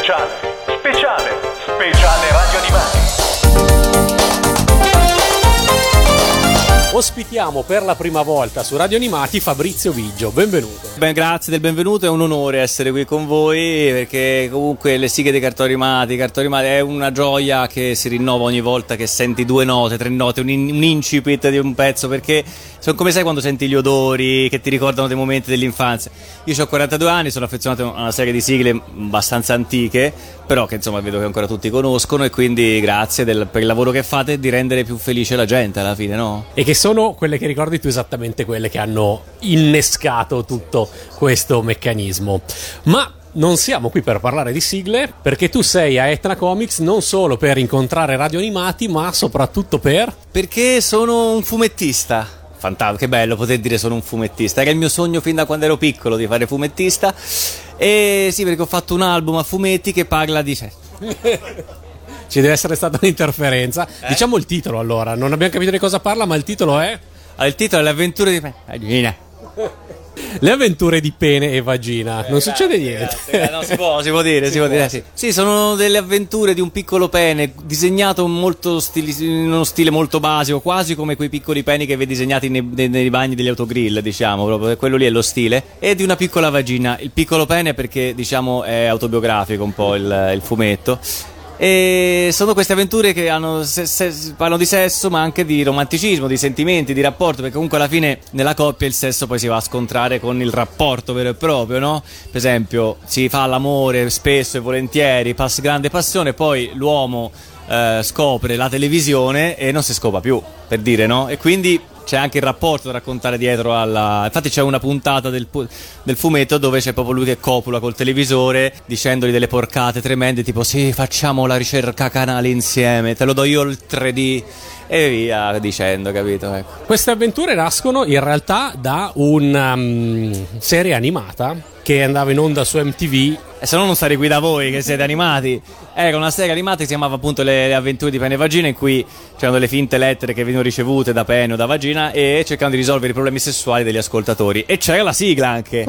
Speciale Radio Animati. Ospitiamo per la prima volta su Radio Animati Fabrizio Viggio, benvenuto. Ben, grazie del benvenuto, è un onore essere qui con voi perché comunque le sighe dei cartoni animati è una gioia che si rinnova ogni volta che senti 2 note, 3 note, un incipit di un pezzo, perché sono come sai quando senti gli odori che ti ricordano dei momenti dell'infanzia. Io ho 42 anni, sono affezionato a una serie di sigle abbastanza antiche, però che insomma vedo che ancora tutti conoscono, e quindi grazie per il lavoro che fate di rendere più felice la gente alla fine, no? E che sono quelle che ricordi tu, esattamente quelle che hanno innescato tutto questo meccanismo. Ma non siamo qui per parlare di sigle, perché tu sei a Etna Comics non solo per incontrare Radio Animati, ma soprattutto perché sono un fumettista. Fantastico, che bello poter dire sono un fumettista. Era il mio sogno fin da quando ero piccolo di fare fumettista. E sì, perché ho fatto un album a fumetti che parla di Ci deve essere stata un'interferenza. Diciamo il titolo allora. Non abbiamo capito di cosa parla, ma il titolo è? Il titolo è Le avventure di Vagina. Le avventure di pene e vagina. Non succede niente. No, si può dire. Sì, sono delle avventure di un piccolo pene disegnato in uno stile molto basico, quasi come quei piccoli peni che vedi disegnati nei bagni degli autogrill, diciamo, proprio quello lì è lo stile, e di una piccola vagina. Il piccolo pene perché diciamo è autobiografico un po' il fumetto. E sono queste avventure che parlano di sesso, ma anche di romanticismo, di sentimenti, di rapporto, perché comunque alla fine nella coppia il sesso poi si va a scontrare con il rapporto vero e proprio, no? Per esempio si fa l'amore spesso e volentieri, grande passione, poi l'uomo scopre la televisione e non si scopa più, per dire, no? E quindi c'è anche il rapporto da raccontare dietro infatti c'è una puntata del fumetto dove c'è proprio lui che copula col televisore dicendogli delle porcate tremende, tipo sì, facciamo la ricerca canale insieme, te lo do io il 3D e via dicendo, capito? Ecco. Queste avventure nascono in realtà da una serie animata che andava in onda su MTV. E se no non sarei qui da voi che siete animati. Era una serie animata che si chiamava appunto Le avventure di pene e vagina, in cui c'erano delle finte lettere che venivano ricevute da pene o da vagina e cercavano di risolvere i problemi sessuali degli ascoltatori. E c'era la sigla anche.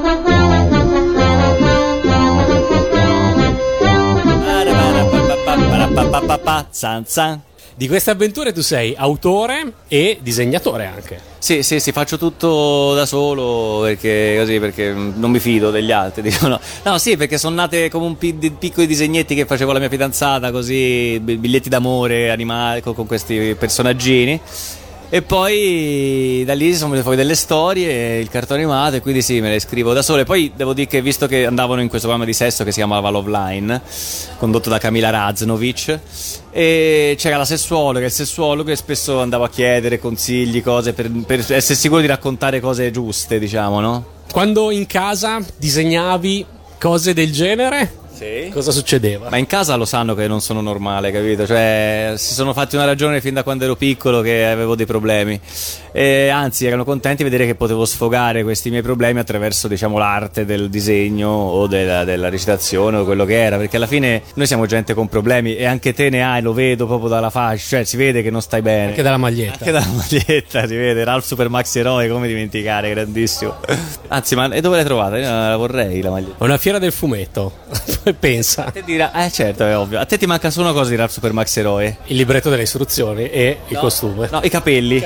Di queste avventure tu sei autore e disegnatore anche. Sì, faccio tutto da solo perché non mi fido degli altri, dicono. No, sì, perché sono nate come piccoli disegnetti che facevo la mia fidanzata, così, biglietti d'amore animali con questi personaggini. E poi da lì sono venute fuori delle storie, il cartone animato, e quindi sì, me le scrivo da solo. E poi devo dire che, visto che andavano in questo programma di sesso che si chiamava Love Line, condotto da Camila Raznovic, e c'era la sessuologa e il sessuologo, e spesso andavo a chiedere consigli, cose per essere sicuro di raccontare cose giuste, diciamo, no? Quando in casa disegnavi cose del genere? Sì. Cosa succedeva? Ma in casa lo sanno che non sono normale, capito? Cioè, si sono fatti una ragione fin da quando ero piccolo che avevo dei problemi. E anzi, erano contenti di vedere che potevo sfogare questi miei problemi attraverso, diciamo, l'arte del disegno o della recitazione o quello che era. Perché alla fine noi siamo gente con problemi, e anche te ne hai, lo vedo proprio dalla faccia. Cioè, si vede che non stai bene. Anche dalla maglietta. Anche dalla maglietta, si vede. Ralph Super Maxi Eroe, come dimenticare, grandissimo. Anzi, ma e dove l'hai trovata? Io la vorrei, la maglietta. È una fiera del fumetto. Pensa. A te dirà, certo, è ovvio. A te ti manca solo una cosa di Rap Super Max Eroe: il libretto delle istruzioni e il costume. No, i capelli.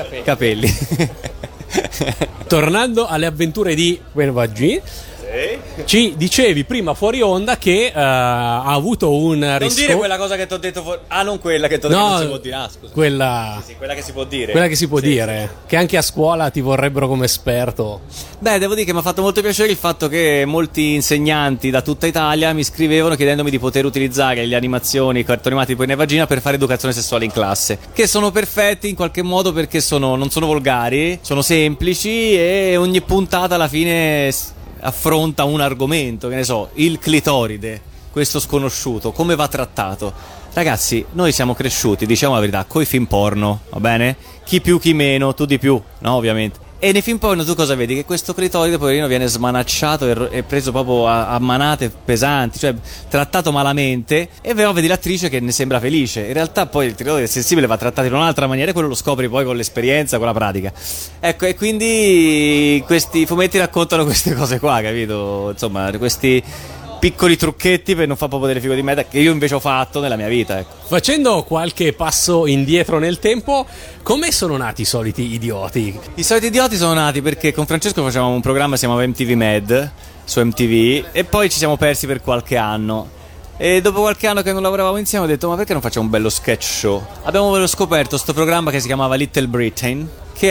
Tornando alle avventure di Benvaggi, ci dicevi prima fuori onda che ha avuto un Non dire quella cosa che ti ho detto non quella che ti ho detto, non si può dire. Scusa. Quella che si può dire. Quella che si può dire. Che anche a scuola ti vorrebbero come esperto. Beh, devo dire che mi ha fatto molto piacere il fatto che molti insegnanti da tutta Italia mi scrivevano chiedendomi di poter utilizzare le animazioni, i cartoni animati di pene e vagina per fare educazione sessuale in classe, che sono perfetti in qualche modo perché non sono volgari, sono semplici, e ogni puntata alla fine affronta un argomento, che ne so, il clitoride, questo sconosciuto, come va trattato. Ragazzi, noi siamo cresciuti, diciamo la verità, coi film porno, va bene? Chi più chi meno, tu di più, no, ovviamente. E nei film porno tu cosa vedi? Che questo clitoride, poverino, viene smanacciato e preso proprio a manate pesanti, cioè trattato malamente, e però vedi l'attrice che ne sembra felice. In realtà poi il clitoride sensibile va trattato in un'altra maniera, e quello lo scopri poi con l'esperienza, con la pratica. Ecco, e quindi questi fumetti raccontano queste cose qua, capito? Insomma, questi piccoli trucchetti per non far proprio delle figure di merda che io invece ho fatto nella mia vita, ecco. Facendo qualche passo indietro nel tempo, come sono nati i soliti idioti? I soliti idioti sono nati perché con Francesco facevamo un programma che si chiamava MTV Med su MTV e poi ci siamo persi per qualche anno. E dopo qualche anno che non lavoravamo insieme ho detto ma perché non facciamo un bello sketch show? Abbiamo scoperto sto programma che si chiamava Little Britain, che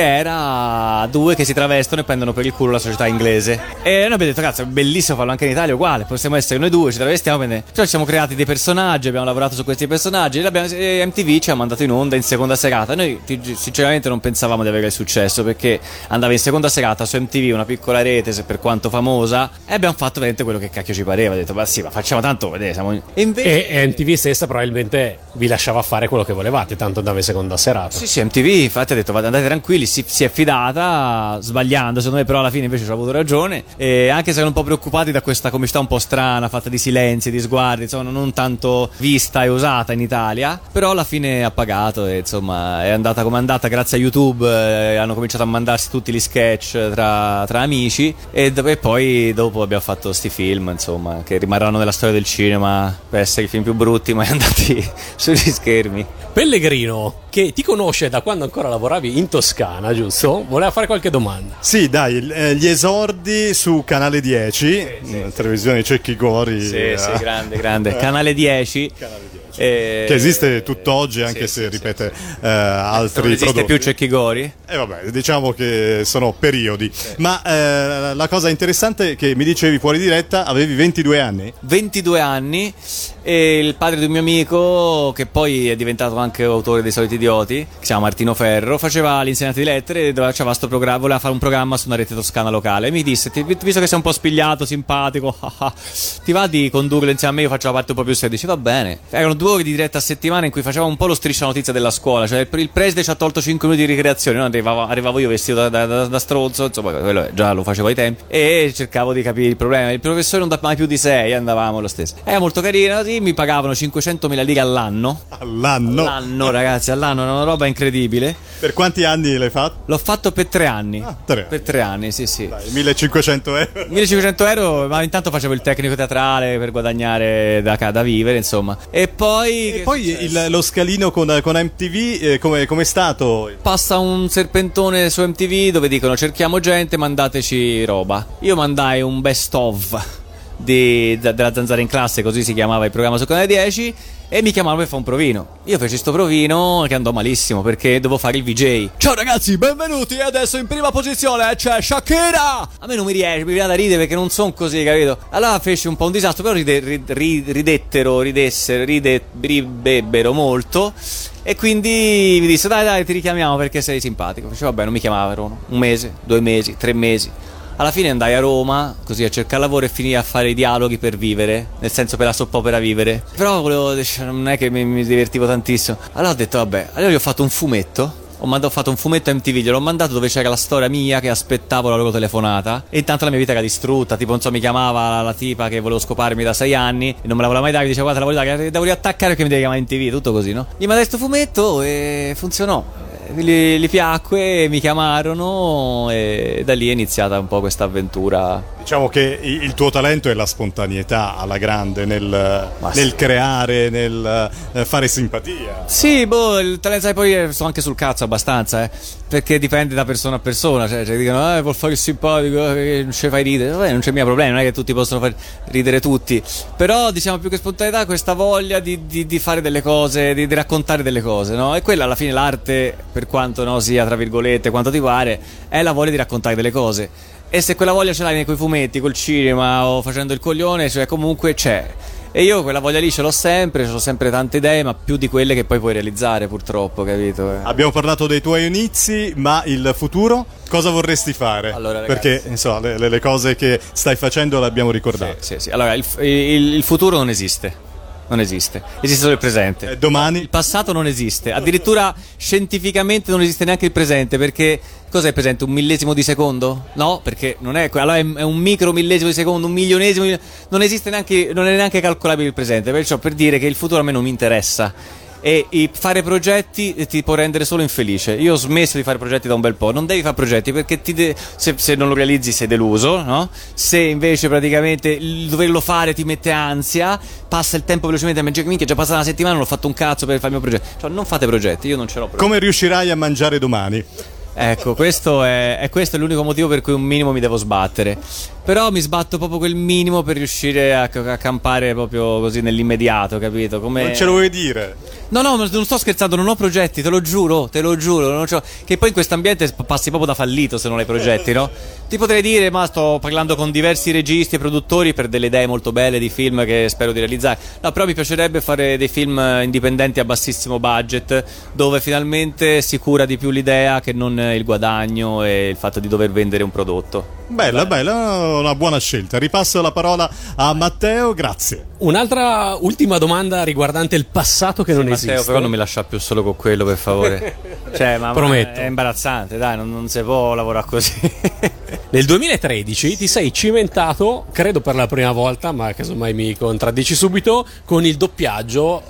era due che si travestono e prendono per il culo la società inglese. E noi abbiamo detto cazzo è bellissimo farlo anche in Italia, uguale, possiamo essere noi due, ci travestiamo, perciò ci siamo creati dei personaggi, abbiamo lavorato su questi personaggi e MTV ci ha mandato in onda in seconda serata. Noi sinceramente non pensavamo di avere il successo perché andava in seconda serata su MTV, una piccola rete per quanto famosa, e abbiamo fatto veramente quello che cacchio ci pareva. Ho detto ma sì, ma facciamo tanto vedere, siamo... E MTV stessa probabilmente vi lasciava fare quello che volevate, tanto andava in seconda serata. Sì, MTV infatti ha detto andate tranquilli, si è fidata, sbagliando secondo me, però alla fine invece ci ha avuto ragione, e anche se erano un po' preoccupati da questa comicità un po' strana, fatta di silenzi, di sguardi, insomma non tanto vista e usata in Italia, però alla fine ha pagato e insomma è andata come è andata grazie a YouTube, hanno cominciato a mandarsi tutti gli sketch tra amici e poi dopo abbiamo fatto sti film insomma che rimarranno nella storia del cinema per essere i film più brutti mai andati sugli schermi. Pellegrino, che ti conosce da quando ancora lavoravi in Toscana, giusto? Voleva fare qualche domanda. Sì, dai, gli esordi su Canale 10, televisione di Cecchi Gori. Sì, grande. Canale 10. Che esiste tutt'oggi, anche se ripete altri non esiste prodotti. Più Cecchi Gori? Vabbè, diciamo che sono periodi. Ma la cosa interessante è che mi dicevi fuori diretta, avevi 22 anni? 22 anni, e il padre di un mio amico, che poi è diventato anche autore dei Soliti Idioti, che si chiama Martino Ferro, faceva l'insegnante di lettere e voleva fare un programma su una rete toscana locale. E mi disse, visto che sei un po' spigliato, simpatico, ti va di condurlo insieme a me? Io faccio la parte un po' più seria. Dice va bene. Erano 2 ore di diretta a settimana in cui facevamo un po' lo striscia notizia della scuola, cioè il preside ci ha tolto 5 minuti di ricreazione, no? Arrivavo io vestito da stronzo, insomma quello già lo facevo ai tempi, e cercavo di capire il problema. Il professore non dà mai più di 6, andavamo lo stesso. Era molto carino, sì, mi pagavano 500.000 lire all'anno. All'anno, ragazzi, all'anno, era una roba incredibile. Per quanti anni l'hai fatto? L'ho fatto per 3 anni. 3 Per 3 anni, sì. Dai, 1.500 euro. 1.500 euro, ma intanto facevo il tecnico teatrale per guadagnare da vivere, insomma. E poi lo scalino con MTV, come è stato? passa un serpentone su MTV dove dicono cerchiamo gente, mandateci roba. Io mandai un best of della Zanzara in classe, così si chiamava il programma su Canale 10, e mi chiamavano per fare un provino. Io feci sto provino che andò malissimo perché dovevo fare il VJ. Ciao ragazzi, benvenuti, e adesso in prima posizione c'è Shakira. A me non mi riesce, mi viene da ridere perché non sono così, capito? Allora feci un po' un disastro, però ridebbero molto. E quindi mi disse dai ti richiamiamo perché sei simpatico. Facevo vabbè, non mi chiamavano 1 mese, 2 mesi, 3 mesi. Alla fine andai a Roma così a cercare lavoro e finì a fare i dialoghi per vivere, nel senso per la soppopera vivere. Però non è che mi divertivo tantissimo. Allora ho detto vabbè, allora gli ho fatto un fumetto. Ho fatto un fumetto MTV, gliel'ho mandato dove c'era la storia mia che aspettavo la loro telefonata, e intanto la mia vita era distrutta, tipo non so, mi chiamava la tipa che volevo scoparmi da 6 anni e non me la voleva mai dare, mi diceva guarda la voglio dare, devo riattaccare perché mi devi chiamare in TV, tutto così, no? Gli mandai sto fumetto e funzionò. Gli piacque, mi chiamarono e da lì è iniziata un po' questa avventura. Diciamo che il tuo talento è la spontaneità alla grande nel creare, nel fare simpatia. Sì, il talento, sai, poi sto anche sul cazzo abbastanza, perché dipende da persona a persona, cioè dicono vuol fare il simpatico, non ci fai ridere. Vabbè, non c'è mio problema, non è che tutti possono far ridere tutti, però diciamo più che spontaneità questa voglia di fare delle cose, di raccontare delle cose, no? E quella alla fine l'arte, per quanto no sia tra virgolette quanto ti pare, è la voglia di raccontare delle cose. E se quella voglia ce l'hai coi fumetti, col cinema o facendo il coglione, cioè comunque c'è. E io quella voglia lì ce l'ho sempre tante idee, ma più di quelle che poi puoi realizzare, purtroppo, capito? Abbiamo parlato dei tuoi inizi, ma il futuro? Cosa vorresti fare? Allora, ragazzi, perché insomma le cose che stai facendo le abbiamo ricordate. Sì. Allora, il futuro non esiste. Non esiste solo il presente. Domani? Il passato non esiste, addirittura scientificamente non esiste neanche il presente, perché cos'è il presente? 1/1000 di secondo? No, perché non è, allora è un micro millesimo di secondo, 1/100000, non esiste neanche, non è neanche calcolabile il presente, perciò per dire che il futuro a me non mi interessa. e fare progetti ti può rendere solo infelice. Io ho smesso di fare progetti da un bel po'. Non devi fare progetti perché se non lo realizzi sei deluso, no? Se invece praticamente il doverlo fare ti mette ansia, passa il tempo velocemente, minchia, è già passata una settimana, non ho fatto un cazzo per fare il mio progetto. Cioè, non fate progetti, io non ce l'ho progetti. Come riuscirai a mangiare domani? Ecco, questo è l'unico motivo per cui un minimo mi devo sbattere. Però mi sbatto proprio quel minimo per riuscire a campare proprio così nell'immediato, capito? Come... Non ce lo vuoi dire? No, non sto scherzando, non ho progetti, te lo giuro, non c'ho... Che poi in questo ambiente passi proprio da fallito se non hai progetti, no? Ti potrei dire, ma sto parlando con diversi registi e produttori per delle idee molto belle di film che spero di realizzare. No, però mi piacerebbe fare dei film indipendenti a bassissimo budget, dove finalmente si cura di più l'idea che non il guadagno e il fatto di dover vendere un prodotto. Bella, una buona scelta. Ripasso la parola a Matteo, grazie. Un'altra ultima domanda riguardante il passato che non esiste. Matteo, però non mi lascia più solo con quello, per favore. Cioè, ma prometto. È imbarazzante, dai, non si può lavorare così. Nel 2013 ti sei cimentato, credo per la prima volta, ma casomai mi contraddici subito, con il doppiaggio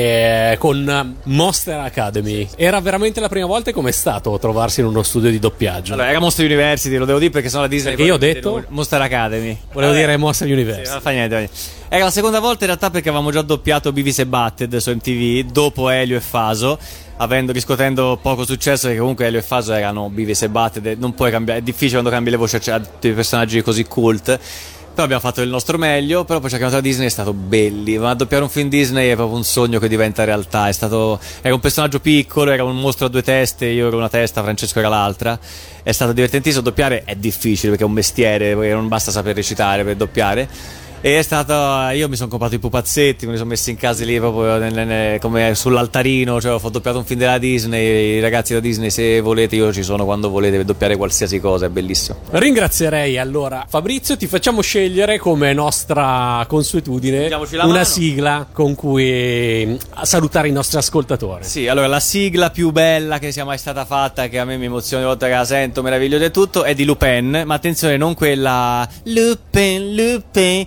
con Monster Academy. Era veramente la prima volta, e com'è stato trovarsi in uno studio di doppiaggio? Allora, era Monster University, lo devo dire perché sennò la Disney... Perché io ho detto Monster Academy. Volevo dire Monster University. Sì, non fa niente. Era la seconda volta in realtà perché avevamo già doppiato Beavis e Butthead su MTV dopo Elio e Faso, riscuotendo poco successo, perché comunque Elio e Faso erano Beavis e Butthead, non puoi cambiare, è difficile quando cambi le voci a dei personaggi così cult. Però abbiamo fatto il nostro meglio, però poi ci ha chiamato la Disney, è stato belli. Ma doppiare un film Disney è proprio un sogno che diventa realtà. Era un personaggio piccolo, era un mostro a due teste, io ero una testa, Francesco era l'altra. È stato divertentissimo. Doppiare è difficile perché è un mestiere, perché non basta saper recitare per doppiare. E è stato, io mi sono comprato i pupazzetti, me li sono messi in casa lì proprio come sull'altarino, cioè ho doppiato un film della Disney, i ragazzi da Disney, se volete io ci sono quando volete per doppiare qualsiasi cosa, è bellissimo. Ringrazierei allora Fabrizio, ti facciamo scegliere come nostra consuetudine una sigla con cui salutare i nostri ascoltatori. Sì, allora la sigla più bella che sia mai stata fatta, che a me mi emoziona ogni volta che la sento, meravigliosa e tutto, è di Lupin, ma attenzione, non quella Lupin,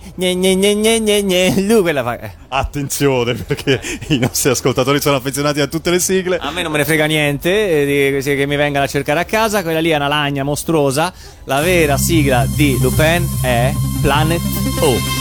lui quella fa... Attenzione, perché i nostri ascoltatori sono affezionati a tutte le sigle. A me non me ne frega niente che mi vengano a cercare a casa. Quella lì è una lagna mostruosa. La vera sigla di Lupin è Planet O.